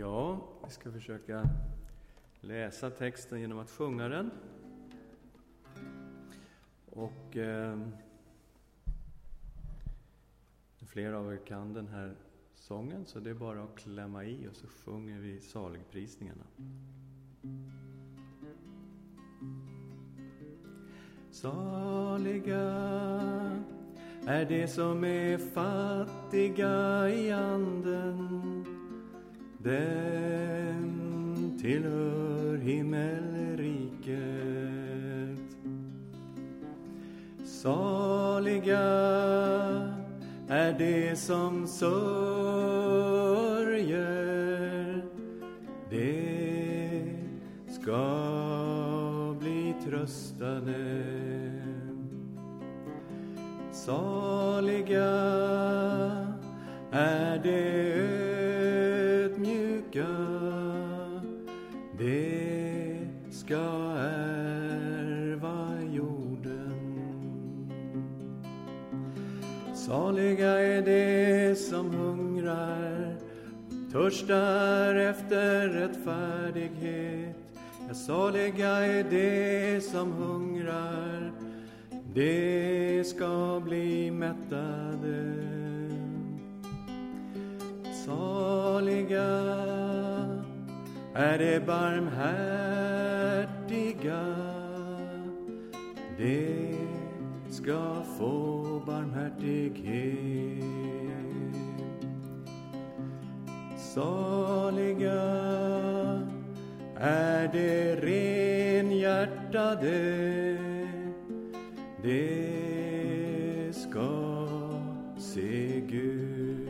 Ja, vi ska försöka läsa texten genom att sjunga den. Och flera av er kan den här sången, så det är bara att klämma i och så sjunger vi saligprisningarna. Saliga är de som är fattiga i anden, dem tillhör himmelriket. Saliga är de som sörjer, de ska bli tröstade. Saliga är de ödmjuka, de ska ärva jorden. Saliga är de som hungrar, törstar efter rättfärdighet. Ja, saliga är de som hungrar, de ska bli mättade. Saliga är de barmhärtiga, de ska få barmhärtighet. Saliga är de renhjärtade, de ska se Gud.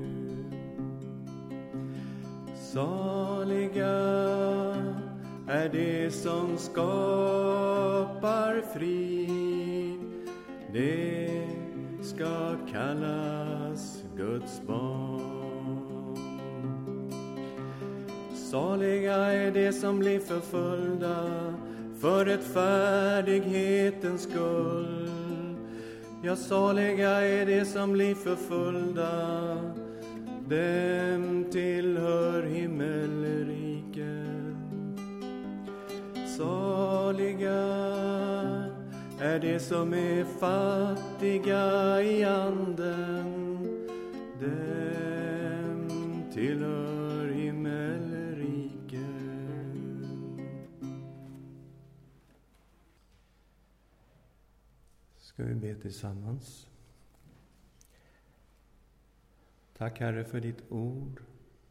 Saliga är de som skapar frid, de ska kallas Guds barn. Saliga är de som blir förföljda för rättfärdighetens skull. Ja, saliga är de som blir förföljda, dem tillhör himmelriket. Saliga är de som är fattiga i anden, dem tillhör himmelriket. Ska vi be tillsammans? Tack, Herre, för ditt ord.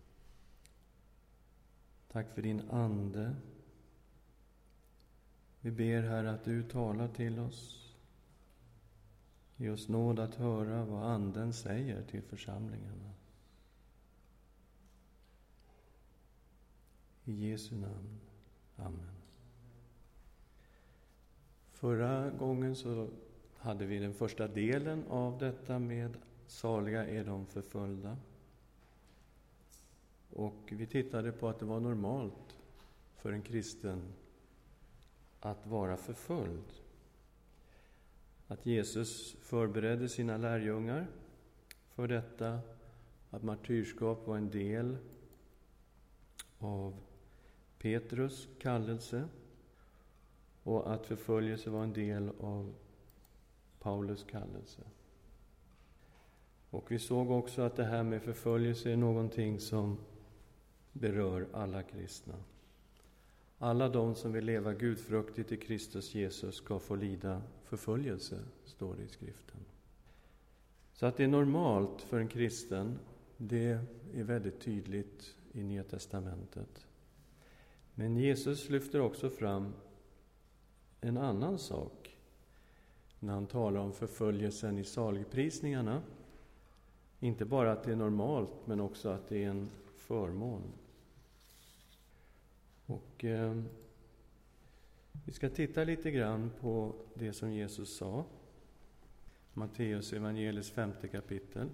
Tack för din ande. Vi ber, Herre, att du talar till oss. Ge oss nåd att höra vad anden säger till församlingarna. I Jesu namn. Amen. Förra gången så hade vi den första delen av detta med saliga är de förföljda. Och vi tittade på att det var normalt för en kristen att vara förföljd. Att Jesus förberedde sina lärjungar för detta, att martyrskap var en del av Petrus kallelse och att förföljelse var en del av Paulus kallelse. Och vi såg också att det här med förföljelse är någonting som berör alla kristna. Alla de som vill leva gudfruktigt i Kristus Jesus ska få lida förföljelse, står det i skriften. Så att det är normalt för en kristen, det är väldigt tydligt i Nya testamentet. Men Jesus lyfter också fram en annan sak när han talar om förföljelsen i saligprisningarna. Inte bara att det är normalt, men också att det är en förmån. Och vi ska titta lite grann på det som Jesus sa. Matteus evangeliets 5:e kapitel.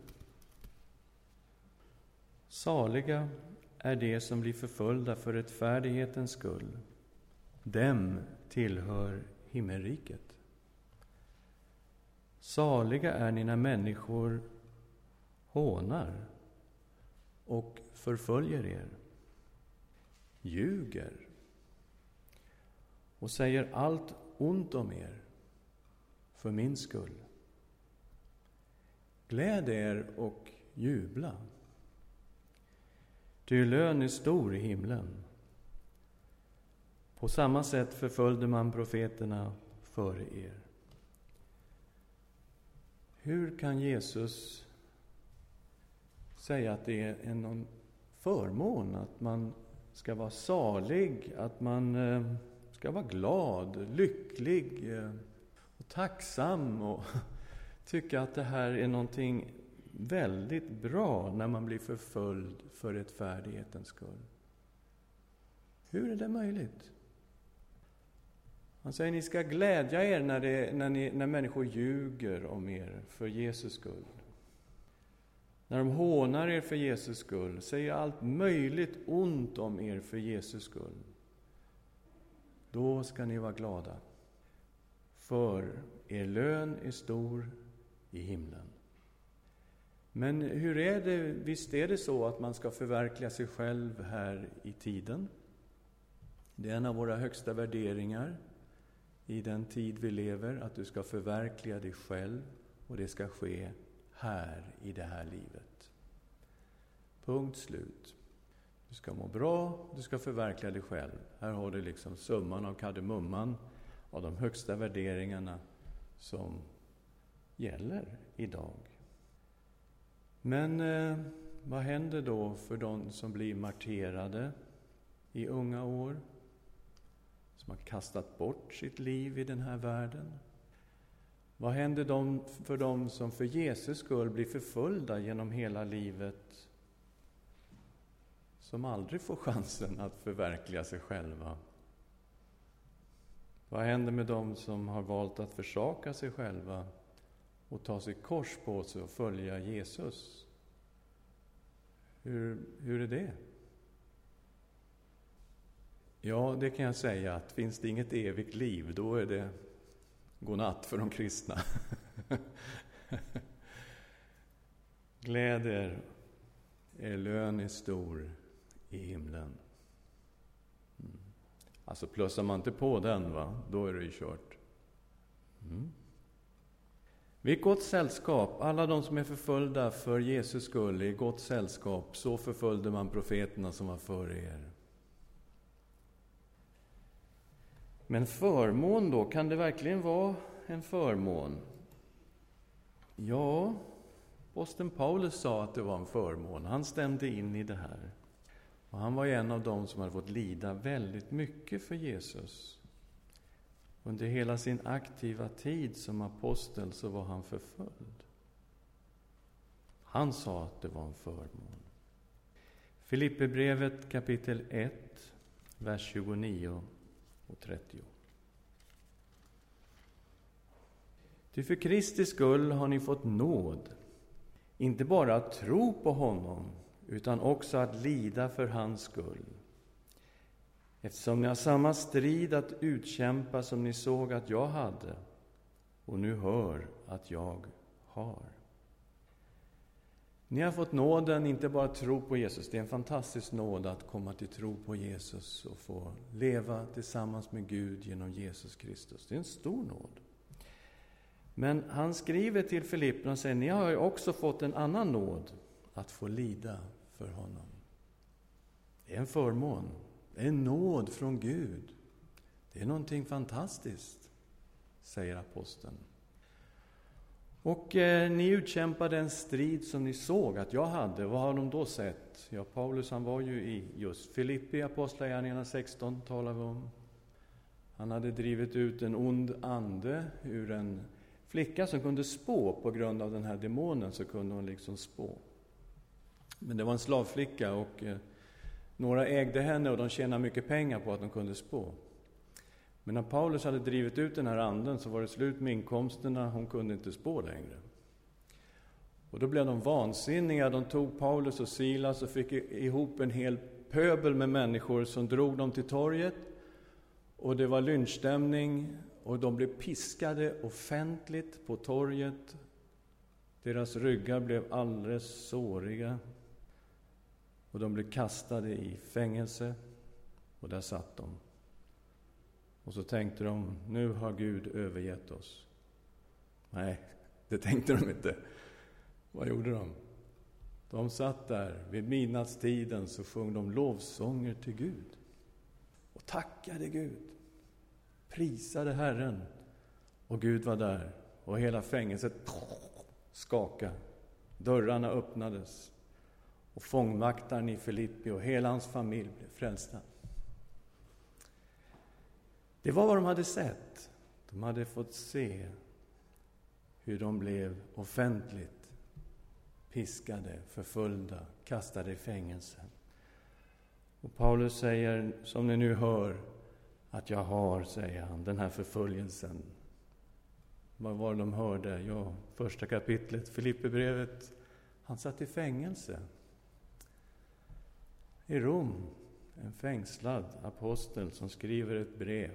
Saliga är de som blir förföljda för rättfärdighetens skull. Dem tillhör himmelriket. Saliga är ni när människor hånar och förföljer er ljuger och säger allt ont om er för min skull. Gläd er och jubla. Ty lön är stor i himlen. På samma sätt förföljde man profeterna före er. Hur kan Jesus säga att det är en förmån att man ska vara salig, att man ska vara glad, lycklig och tacksam och tycka att det här är någonting väldigt bra när man blir förföljd för rättfärdighetens skull? Hur är det möjligt? Han säger, ni ska glädja er när människor ljuger om er för Jesus skull. När de hånar er för Jesus skull, säger allt möjligt ont om er för Jesus skull. Då ska ni vara glada. För er lön är stor i himlen. Men hur är det? Visst är det så att man ska förverkliga sig själv här i tiden. Det är en av våra högsta värderingar i den tid vi lever, att du ska förverkliga dig själv, och det ska ske här i det här livet. Punkt slut. Du ska må bra, du ska förverkliga dig själv. Här har du liksom summan av kardemumman av de högsta värderingarna som gäller idag. Men vad händer då för de som blir marterade i unga år? Som har kastat bort sitt liv i den här världen? Vad händer för dem som för Jesus skull blir förföljda genom hela livet? Som aldrig får chansen att förverkliga sig själva? Vad händer med dem som har valt att försaka sig själva och ta sig kors på sig och följa Jesus? Hur är det? Ja, det kan jag säga, att finns det inget evigt liv, då är det godnatt för de kristna. Gläd er, er lön är stor i himlen. Alltså plussar man inte på den, då är det ju kört. Vi är gott sällskap. Alla de som är förföljda för Jesus skull är gott sällskap. Så förföljde man profeterna som var före er. Men förmån då, kan det verkligen vara en förmån? Ja, aposteln Paulus sa att det var en förmån. Han stämde in i det här. Och han var en av dem som hade fått lida väldigt mycket för Jesus. Under hela sin aktiva tid som apostel så var han förföljd. Han sa att det var en förmån. Filipperbrevet kapitel 1, vers 29 och 30. Ty för Kristi skull har ni fått nåd, inte bara att tro på honom, utan också att lida för hans skull. Eftersom ni har samma strid att utkämpa som ni såg att jag hade, och nu hör att jag har. Ni har fått nåden, inte bara att tro på Jesus. Det är en fantastisk nåd att komma till tro på Jesus och få leva tillsammans med Gud genom Jesus Kristus. Det är en stor nåd. Men han skriver till Filipperna och säger, ni har ju också fått en annan nåd, att få lida för honom. Det är en förmån. Det är en nåd från Gud. Det är någonting fantastiskt, säger aposteln. Och ni utkämpade en strid som ni såg att jag hade. Vad har de då sett? Ja, Paulus, han var ju i just Filippi, Apostlagärningarna 16 talar vi om. Han hade drivit ut en ond ande ur en flicka som kunde spå. På grund av den här demonen så kunde hon liksom spå. Men det var en slavflicka och några ägde henne och de tjänade mycket pengar på att de kunde spå. Men när Paulus hade drivit ut den här anden så var det slut med inkomsterna. Hon kunde inte spå längre. Och då blev de vansinniga. De tog Paulus och Silas och fick ihop en hel pöbel med människor som drog dem till torget. Och det var lynchstämning och de blev piskade offentligt på torget. Deras ryggar blev alldeles såriga och de blev kastade i fängelse. Och där satt de. Och så tänkte de, nu har Gud övergett oss. Nej, det tänkte de inte. Vad gjorde de? De satt där vid midnattstiden, så sjöng de lovsånger till Gud. Och tackade Gud. Prisade Herren. Och Gud var där. Och hela fängelset skakade. Dörrarna öppnades. Och fångvaktaren i Filippi och hela hans familj blev frälsta. Det var vad de hade sett. De hade fått se hur de blev offentligt piskade, förföljda, kastade i fängelse. Och Paulus säger, som ni nu hör, att jag har, säger han, den här förföljelsen. Vad var det de hörde? Ja, första kapitlet, Filippibrevet. Han satt i fängelse. I Rom, en fängslad apostel som skriver ett brev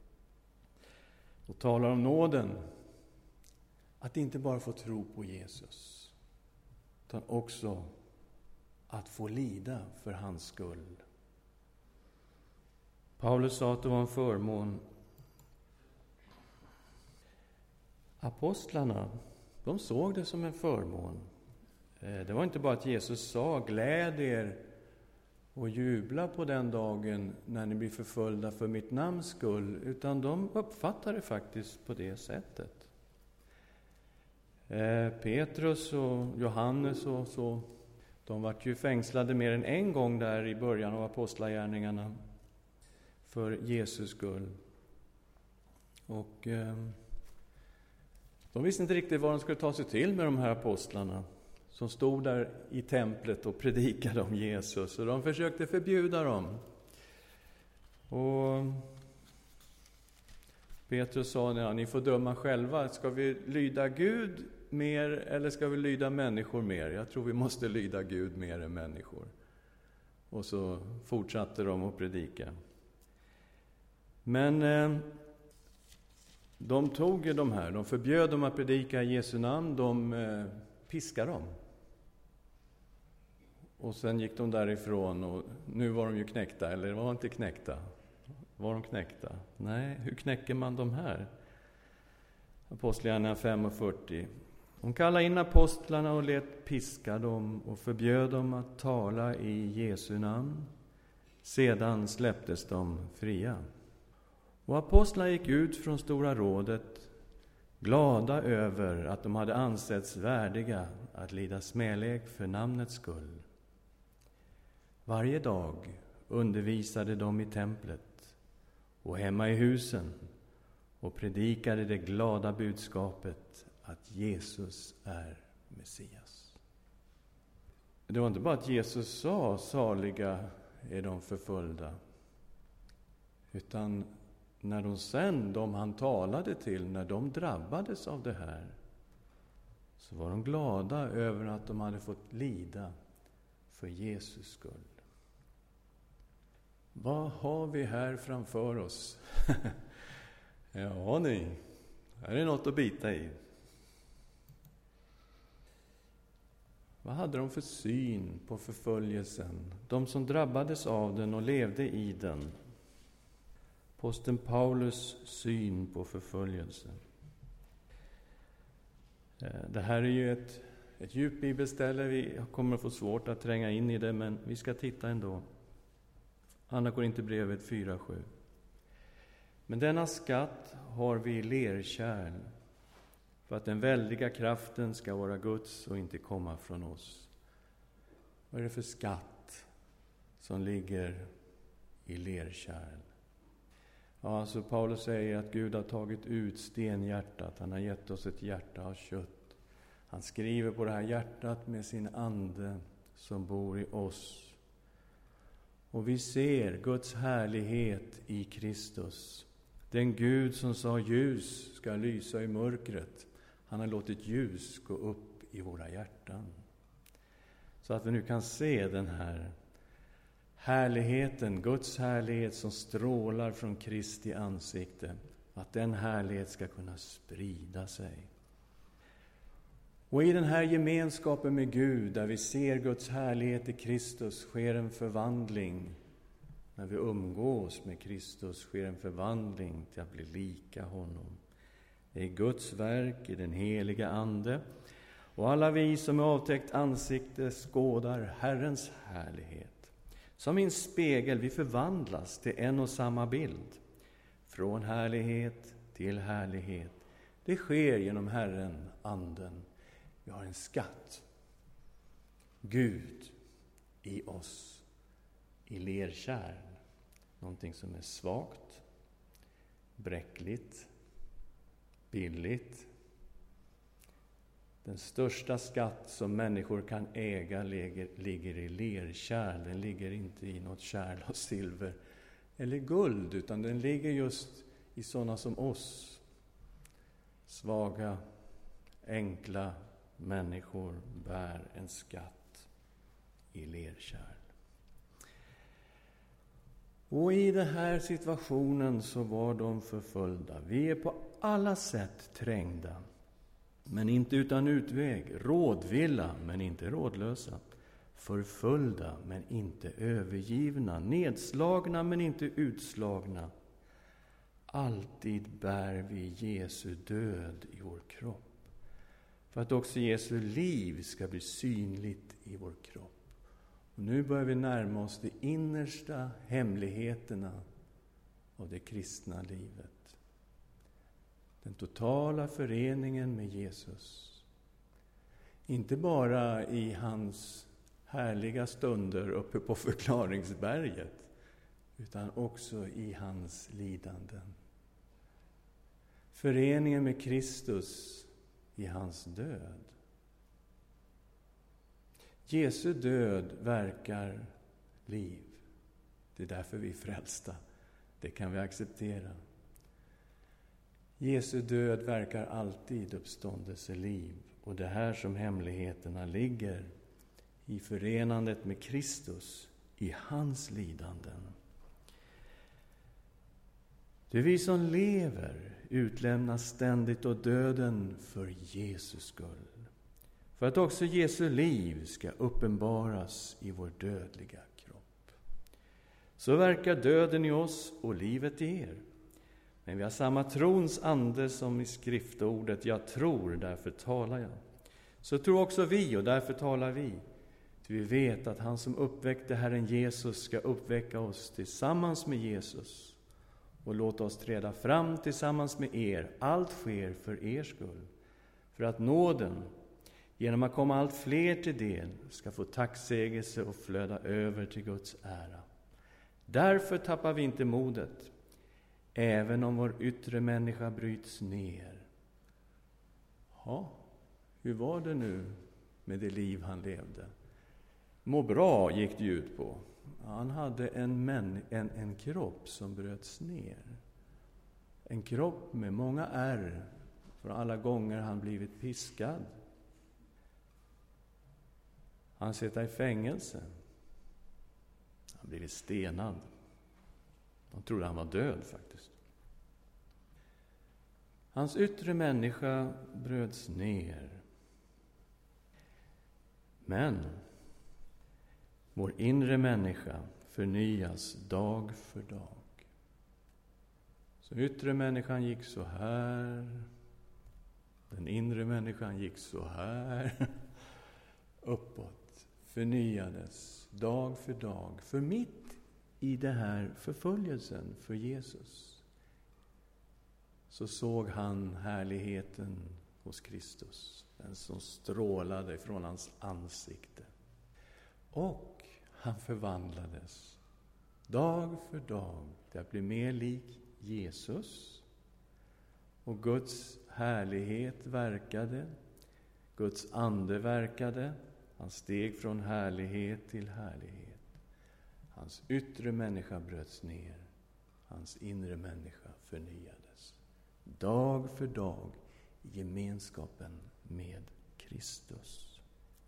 och talar om nåden. Att inte bara få tro på Jesus, utan också att få lida för hans skull. Paulus sa att det var en förmån. Apostlarna, de såg det som en förmån. Det var inte bara att Jesus sa, gläd er och jubla på den dagen när ni blir förföljda för mitt namns skull, utan de uppfattade det faktiskt på det sättet. Petrus och Johannes och så, de var ju fängslade mer än en gång där i början av apostlagärningarna för Jesus skull. Och de visste inte riktigt vad de skulle ta sig till med de här apostlarna som stod där i templet och predikade om Jesus. Och de försökte förbjuda dem. Och Petrus sa, ja, ni får döma själva. Ska vi lyda Gud mer eller ska vi lyda människor mer? Jag tror vi måste lyda Gud mer än människor. Och så fortsatte de att predika. Men de tog de här, de förbjöd dem att predika i Jesu namn, de piskade dem. Och sen gick de därifrån och nu var de ju knäckta, eller var de inte knäckta? Var de knäckta? Nej, hur knäcker man de här? Apostlagärningarna 5:40. De kallade in apostlarna och lät piska dem och förbjöd dem att tala i Jesu namn. Sedan släpptes de fria. Och apostlarna gick ut från Stora rådet, glada över att de hade ansetts värdiga att lida smälek för namnets skull. Varje dag undervisade de i templet och hemma i husen och predikade det glada budskapet att Jesus är Messias. Det var inte bara att Jesus sa, saliga är de förföljda, utan när de han talade till, när de drabbades av det här, så var de glada över att de hade fått lida för Jesus skull. Vad har vi här framför oss? Ja, här är något att bita i. Vad hade de för syn på förföljelsen? De som drabbades av den och levde i den. Aposteln Paulus syn på förföljelsen. Det här är ju ett djupt bibelställe. Vi kommer att få svårt att tränga in i det, men vi ska titta ändå. Andra Korinthierbrevet 4:7. Men denna skatt har vi i lerkärl, för att den väldiga kraften ska vara Guds och inte komma från oss. Vad är det för skatt som ligger i lerkärl? Ja, alltså Paulus säger att Gud har tagit ut stenhjärtat. Han har gett oss ett hjärta av kött. Han skriver på det här hjärtat med sin ande som bor i oss. Och vi ser Guds härlighet i Kristus. Den Gud som sa ljus ska lysa i mörkret. Han har låtit ljus gå upp i våra hjärtan. Så att vi nu kan se den här härligheten, Guds härlighet som strålar från Kristi ansikte. Att den härlighet ska kunna sprida sig. Och i den här gemenskapen med Gud, där vi ser Guds härlighet i Kristus, sker en förvandling När vi umgås med Kristus sker en förvandling till att bli lika honom. Det är Guds verk i den heliga ande. Och alla vi som med avtäckt ansikte skådar Herrens härlighet. Som i en spegel vi förvandlas till en och samma bild. Från härlighet till härlighet. Det sker genom Herren, anden. Vi har en skatt. Gud i oss. I lerkärl. Någonting som är svagt. Bräckligt. Billigt. Den största skatt som människor kan äga ligger i lerkärl. Den ligger inte i något kärl av silver eller guld, utan den ligger just i sådana som oss. Svaga, enkla människor bär en skatt i lerkärl. Och i den här situationen så var de förföljda. Vi är på alla sätt trängda, men inte utan utväg. Rådvilla, men inte rådlösa. Förföljda, men inte övergivna. Nedslagna, men inte utslagna. Alltid bär vi Jesu död i vår kropp. För att också Jesu liv ska bli synligt i vår kropp. Och nu börjar vi närma oss de innersta hemligheterna av det kristna livet. Den totala föreningen med Jesus. Inte bara i hans härliga stunder uppe på förklaringsberget, utan också i hans lidanden. Föreningen med Kristus i hans död. Jesu död verkar liv. Det är därför vi är frälsta. Det kan vi acceptera. Jesu död verkar alltid uppståndelseliv. Och det här som hemligheterna ligger i förenandet med Kristus i hans lidanden. Det är vi som lever utlämnas ständigt åt döden för Jesus skull. För att också Jesu liv ska uppenbaras i vår dödliga kropp. Så verkar döden i oss och livet i er. Men vi har samma trons ande som i skriftordet. Jag tror, därför talar jag. Så tror också vi och därför talar vi. Ty vi vet att han som uppväckte Herren Jesus ska uppväcka oss tillsammans med Jesus. Och låta oss träda fram tillsammans med er. Allt sker för er skull. För att nåden, genom att komma allt fler till del, ska få tacksägelse och flöda över till Guds ära. Därför tappar vi inte modet, även om vår yttre människa bryts ner. Ja, hur var det nu med det liv han levde? Må bra gick det ut på. Han hade en kropp som bröts ner. En kropp med många ärr för alla gånger han blivit piskad. Han sitter i fängelse. Han blivit stenad. De trodde han var död faktiskt. Hans yttre människa bröts ner. Men vår inre människa förnyas dag för dag. Så yttre människan gick så här. Den inre människan gick så här. Uppåt. Förnyades dag för dag. För mitt i det här förföljelsen för Jesus så såg han härligheten hos Kristus. Den som strålade från hans ansikte. Och han förvandlades dag för dag till att bli mer lik Jesus. Och Guds härlighet verkade. Guds ande verkade. Han steg från härlighet till härlighet. Hans yttre människa bröts ner. Hans inre människa förnyades. Dag för dag i gemenskapen med Kristus.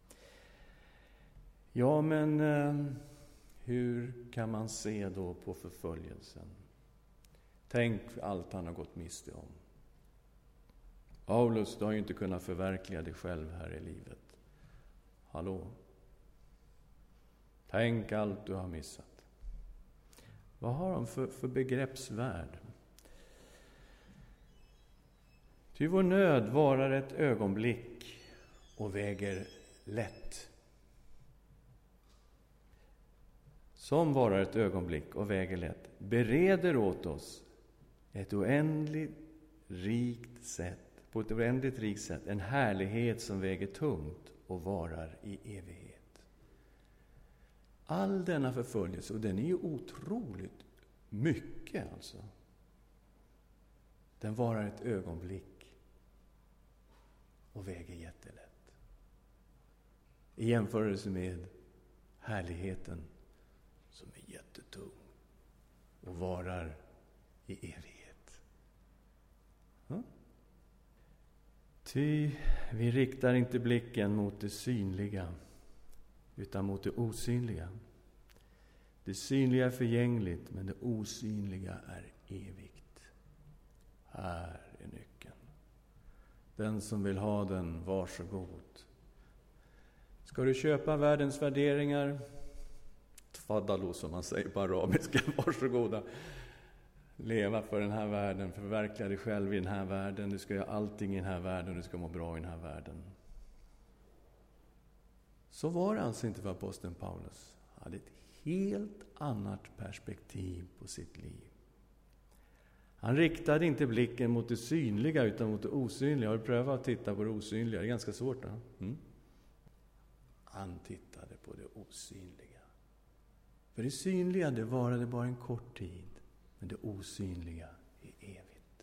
Ja, men hur kan man se då på förföljelsen? Tänk allt han har gått miste om. Paulus, du har ju inte kunnat förverkliga dig själv här i livet. Hallå? Tänk allt du har missat. Vad har de för begreppsvärld? Ty vår nöd varar ett ögonblick och väger lätt. Som varar ett ögonblick och väger lätt, bereder åt oss på ett oändligt rikt sätt en härlighet som väger tungt och varar i evighet. All denna förföljelse, och den är ju otroligt mycket alltså, den varar ett ögonblick och väger jättelätt. I jämförelse med härligheten som är jättetung och varar i evighet. Ty vi riktar inte blicken mot det synliga utan mot det osynliga. Det synliga är förgängligt, men det osynliga är evigt. Här är nyckeln. Den som vill ha den, varsågod. Ska du köpa världens värderingar? Tfaddalo, som man säger på arabiska, varsågoda. Leva för den här världen, förverkliga dig själv i den här världen. Du ska göra allting i den här världen och du ska må bra i den här världen. Så var det alltså inte för aposteln Paulus. Han hade ett helt annat perspektiv på sitt liv. Han riktade inte blicken mot det synliga utan mot det osynliga. Har du prövat att titta på det osynliga? Det är ganska svårt. Han tittade på det osynliga. För det synliga, det varade bara en kort tid. Men det osynliga är evigt.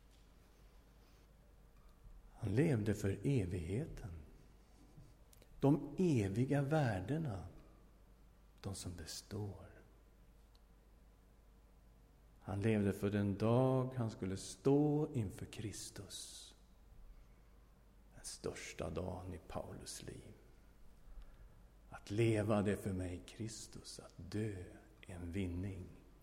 Han levde för evigheten. De eviga värdena. De som består. Han levde för den dag han skulle stå inför Kristus. Den största dagen i Paulus liv. Att leva, det för mig Kristus. Att dö är en vinning.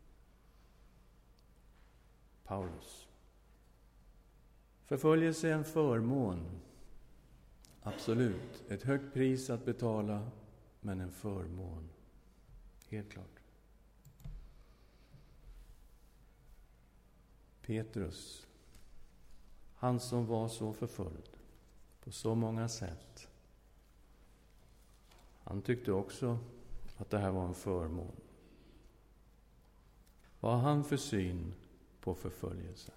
Paulus. Förföljelse är en förmån. Absolut. Ett högt pris att betala, men en förmån. Helt klart. Petrus. Han som var så förföljd på så många sätt. Han tyckte också att det här var en förmån. Vad har han för syn på förföljelse?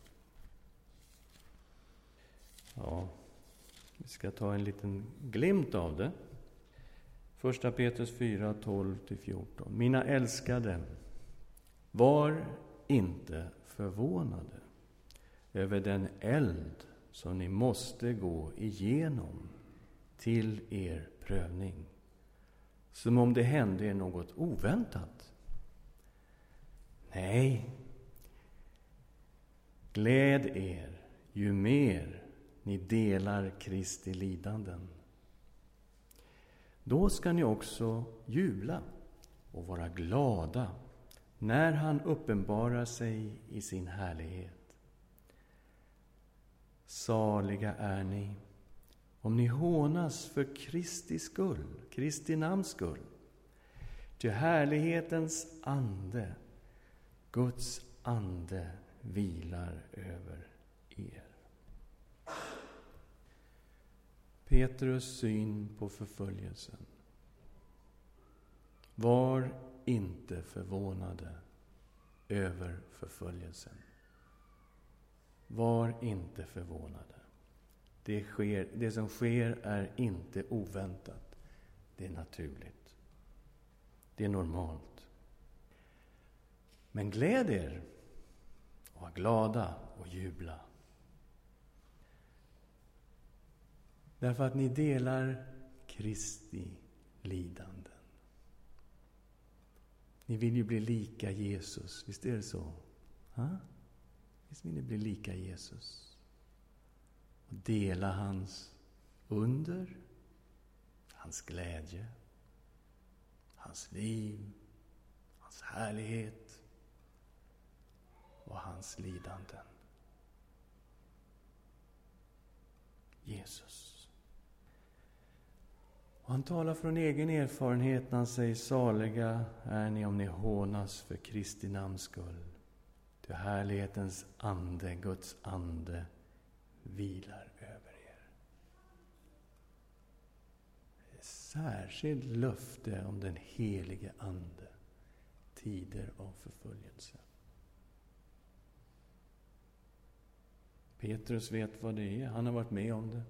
Ja, vi ska ta en liten glimt av det. Första Petrus 4, 12-14. Mina älskade, var inte förvånade över den eld som ni måste gå igenom till er prövning. Som om det hände er något oväntat. Nej, gläd er ju mer ni delar Kristi lidanden. Då ska ni också jubla och vara glada när han uppenbarar sig i sin härlighet. Saliga är ni om ni hånas för Kristi skull, Kristi namns skull. Till härlighetens ande, Guds ande, vilar över er. Petrus syn på förföljelsen. Var inte förvånade över förföljelsen. Var inte förvånade. Det som sker är inte oväntat. Det är naturligt. Det är normalt. Men gläd er och var glada och jubla. Därför att ni delar Kristi lidanden. Ni vill ju bli lika Jesus. Visst är det så? Visst vill ni bli lika Jesus? Och dela hans under, hans glädje, hans liv, hans härlighet och hans lidanden. Jesus. Och han talar från egen erfarenhet när han säger: saliga är ni om ni hånas för Kristi namns skull. Ty härlighetens ande, Guds ande, vilar över er. Ett särskilt löfte om den helige ande, tider av förföljelse. Petrus vet vad det är, han har varit med om det.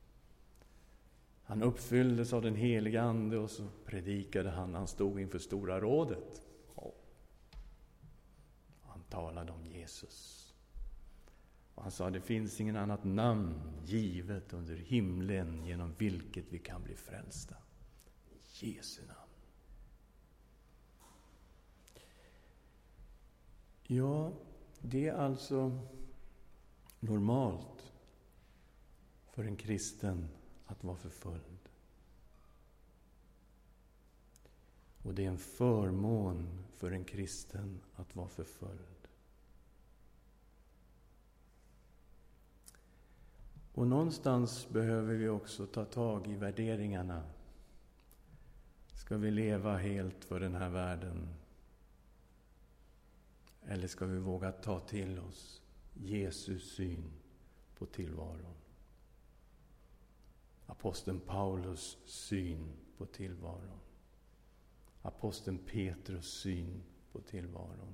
Han uppfylldes av den heliga ande och så predikade han stod inför stora rådet. Han talade om Jesus. Och han sa: det finns ingen annat namn givet under himlen genom vilket vi kan bli frälsta. Jesu namn. Ja, det är alltså normalt för en kristen att vara förföljd. Och det är en förmån för en kristen att vara förföljd. Och någonstans behöver vi också ta tag i värderingarna. Ska vi leva helt för den här världen? Eller ska vi våga ta till oss Jesus syn på tillvaron? Aposteln Paulus syn på tillvaron. Aposteln Petrus syn på tillvaron.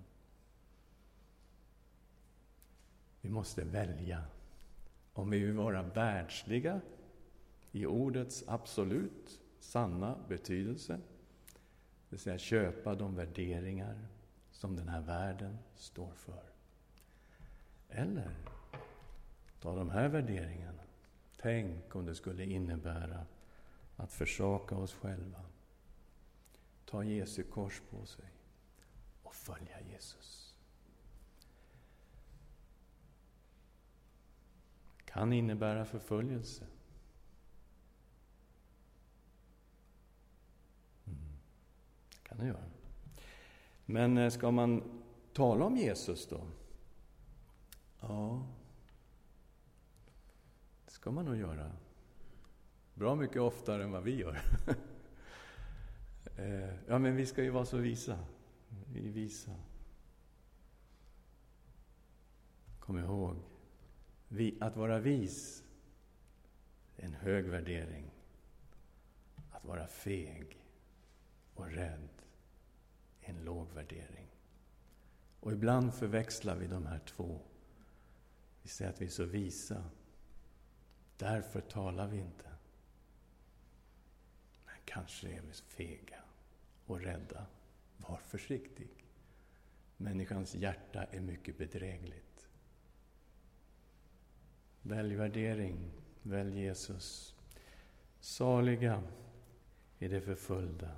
Vi måste välja. Om vi vill vara världsliga i ordets absolut sanna betydelse, det vill säga köpa de värderingar som den här världen står för. Eller ta de här värderingarna. Tänk om det skulle innebära att försaka oss själva, ta Jesu kors på sig och följa Jesus. Kan innebära förföljelse. Kan det göra. Men ska man tala om Jesus då? Ja, det ska man nog göra. Bra mycket oftare än vad vi gör. Ja, men vi ska ju vara så visa. Vi visa. Kom ihåg, att vara vis är en hög värdering. Att vara feg och rädd är en låg värdering. Och ibland förväxlar vi de här två. Vi säger att vi är så visa. Därför talar vi inte. Men kanske är vi fega och rädda. Var försiktig. Människans hjärta är mycket bedrägligt. Välj värdering. Välj Jesus. Saliga är de förföljda.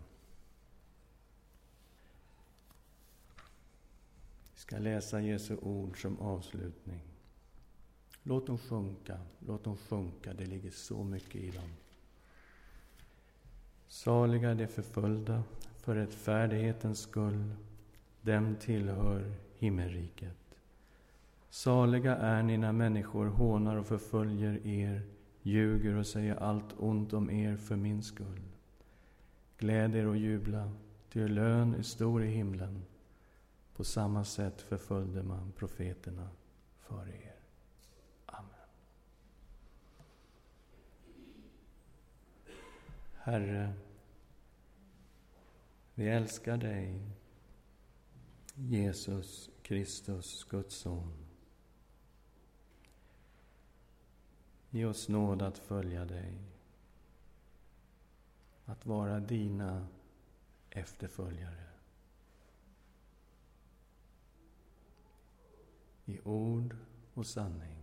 Vi ska läsa Jesu ord som avslutning. Låt dem sjunka, det ligger så mycket i dem. Saliga de förföljda för rättfärdighetens skull, dem tillhör himmelriket. Saliga är ni när människor hånar och förföljer er, ljuger och säger allt ont om er för min skull. Gläd er och jubla, ty er lön är stor i himlen. På samma sätt förföljde man profeterna före er. Amen. Herre, vi älskar dig, Jesus Kristus, Guds son. Ge oss nåd att följa dig, att vara dina efterföljare. I ord och sanning.